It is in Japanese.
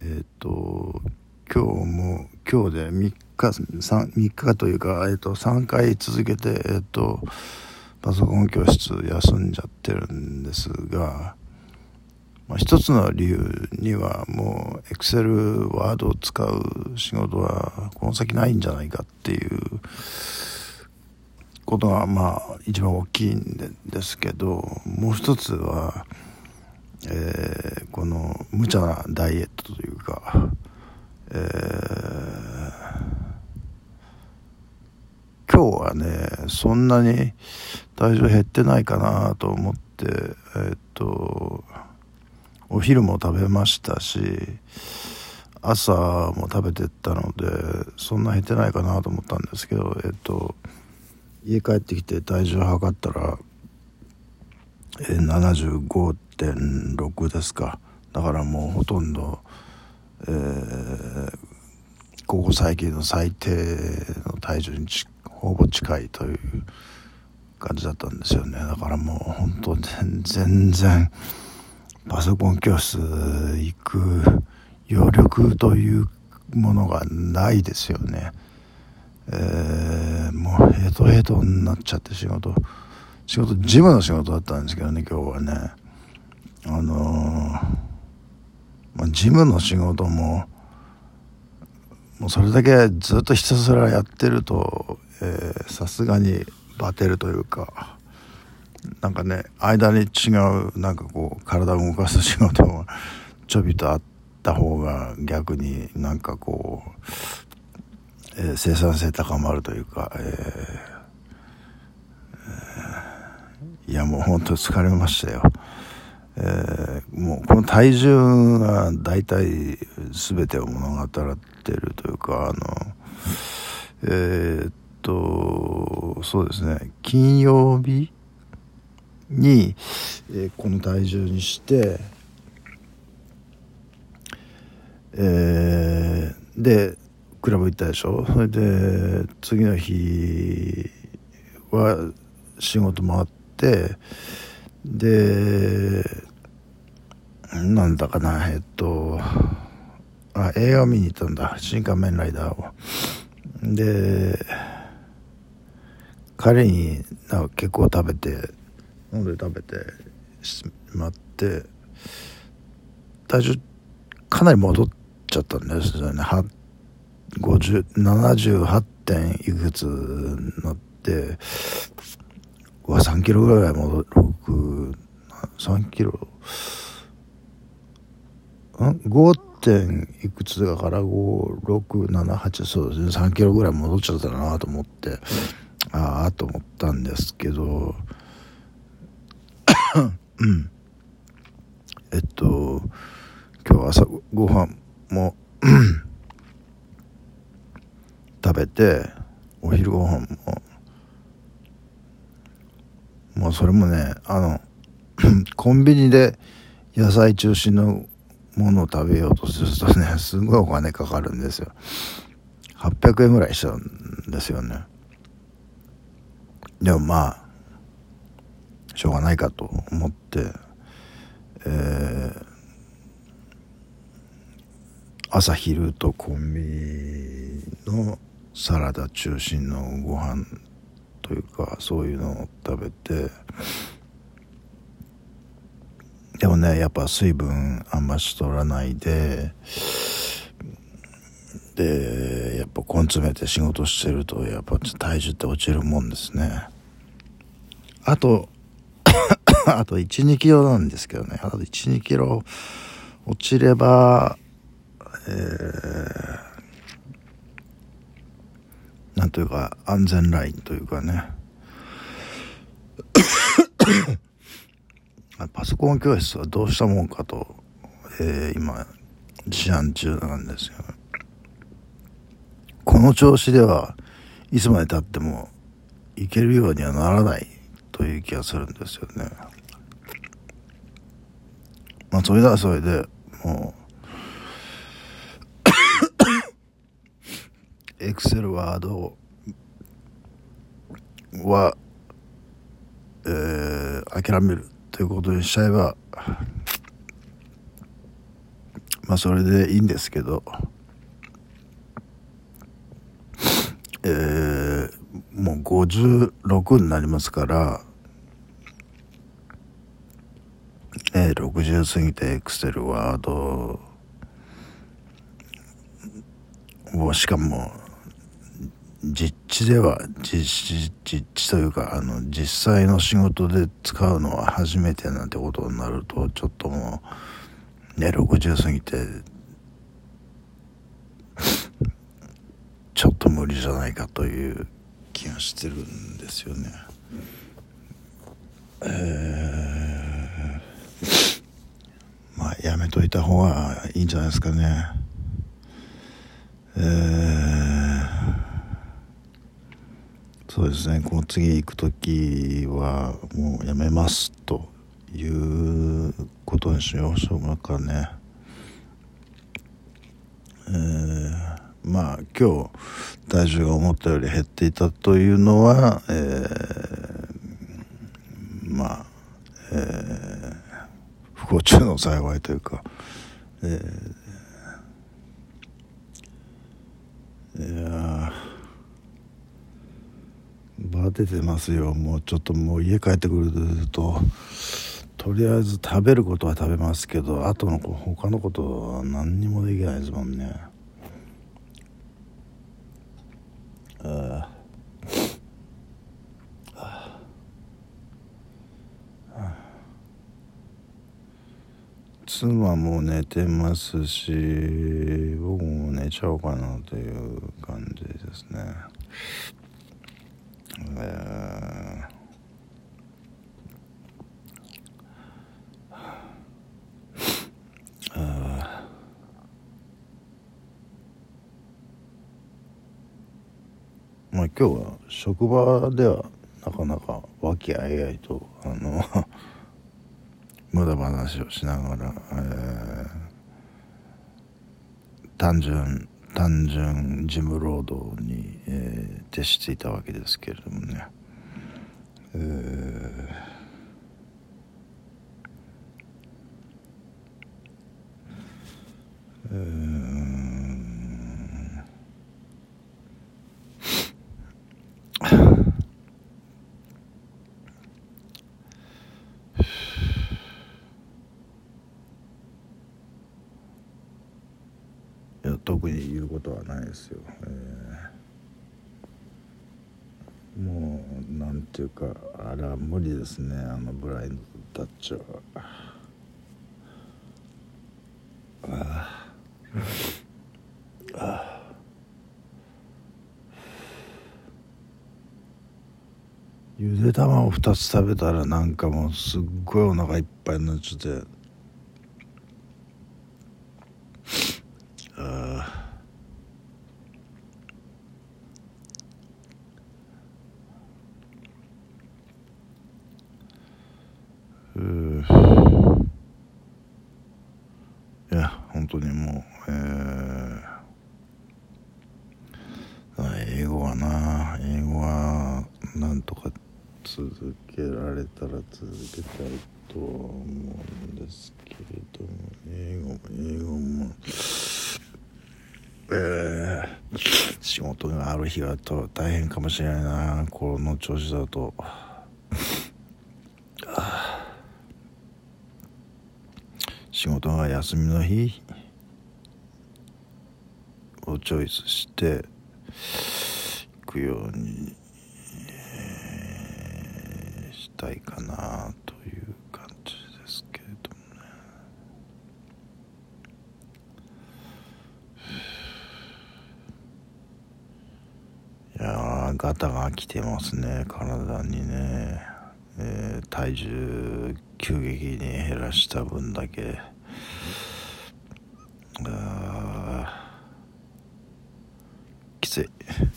今日で3日というか、3回続けて、パソコン教室休んじゃってるんですが、一つの理由にはもう Excel、Word を使う仕事はこの先ないんじゃないかっていうことが一番大きいんですけど、もう一つは、この無茶なダイエットというか、今日はねそんなに体重減ってないかなと思って、お昼も食べましたし朝も食べてったのでそんな減ってないかなと思ったんですけど、家帰ってきて体重測ったら、75.6 ですか。だからもうほとんど、ここ最近の最低の体重にほぼ近いという感じだったんですよね。だからもう本当全然パソコン教室行く余力というものがないですよね。もうヘトヘトになっちゃって仕事ジムの仕事だったんですけどね、今日はね。ジムの仕事もうそれだけずっとひたすらやってるとさすがにバテるというか、なんかね間に違う体を動かす仕事がちょびとあった方が逆に生産性高まるというか、いやもう本当疲れましたよ。もうこの体重が大体全てを物語ってるというか、そうですね、金曜日に、この体重にして、でクラブ行ったでしょ。それで次の日は仕事回って、でなんだかな映画を見に行ったんだ、新仮面ライダーを。で彼に結構飲んで食べてしまって体重かなり戻っちゃったんですよね。78. 点いくつになって3キロぐらい3キロ5. 点いくつだから5678、そうですね、3キロぐらい戻っちゃったなと思ってと思ったんですけど今日朝ご飯も食べて、お昼ご飯もそれもねコンビニで野菜中心のものを食べようとするとねすごいお金かかるんですよ。800円ぐらいしちゃうんですよね。でもしょうがないかと思って、朝昼とコンビニのサラダ中心のご飯というかそういうのを食べて、でもねやっぱ水分あんまし取らないでやっぱ根詰めて仕事してるとやっぱ体重って落ちるもんですね。あと1、2キロなんですけどね。あと1、2キロ落ちれば、なんというか安全ラインというかねパソコン教室はどうしたもんかと、今思案中なんですよ。この調子ではいつまで経ってもいけるようにはならないという気がするんですよね。それそれでもうExcel、Word は、諦めるということにしちゃえばそれでいいんですけど、もう56になりますから、60過ぎてエクセルワードをしかも実地というか実際の仕事で使うのは初めてなんてことになると、ちょっともうね60過ぎてちょっと無理じゃないかという気がしてるんですよね。やめといた方がいいんじゃないですかね。そうですね、この次行くときはもうやめますということにしようかね。今日体重が思ったより減っていたというのは、不幸中の幸いというか、バテてますよ。もうちょっともう家帰ってくるととりあえず食べることは食べますけど、あとの他のことは何にもできないですもんね。妻も寝てますし、僕も寝ちゃおうかなという感じですね。今日は職場ではなかなか和気あいあいと無駄話をしながら、単純事務労働に、徹していたわけですけれどもね。特に言うことはないですよ。もうなんていうか、あれは無理ですね、ブラインドタッチは。ゆで卵2つ食べたらなんかもうすっごいお腹いっぱいになっちゃって、いや本当にもう、英語はなんとか続けられたら続けたいとは思うんですけれども、英語も仕事がある日は大変かもしれないな、この調子だと。仕事が休みの日をチョイスして行くように、したいかなという感じですけれどもね。いやガタが来てますね、体にね。体重急激に減らした分だけきつい。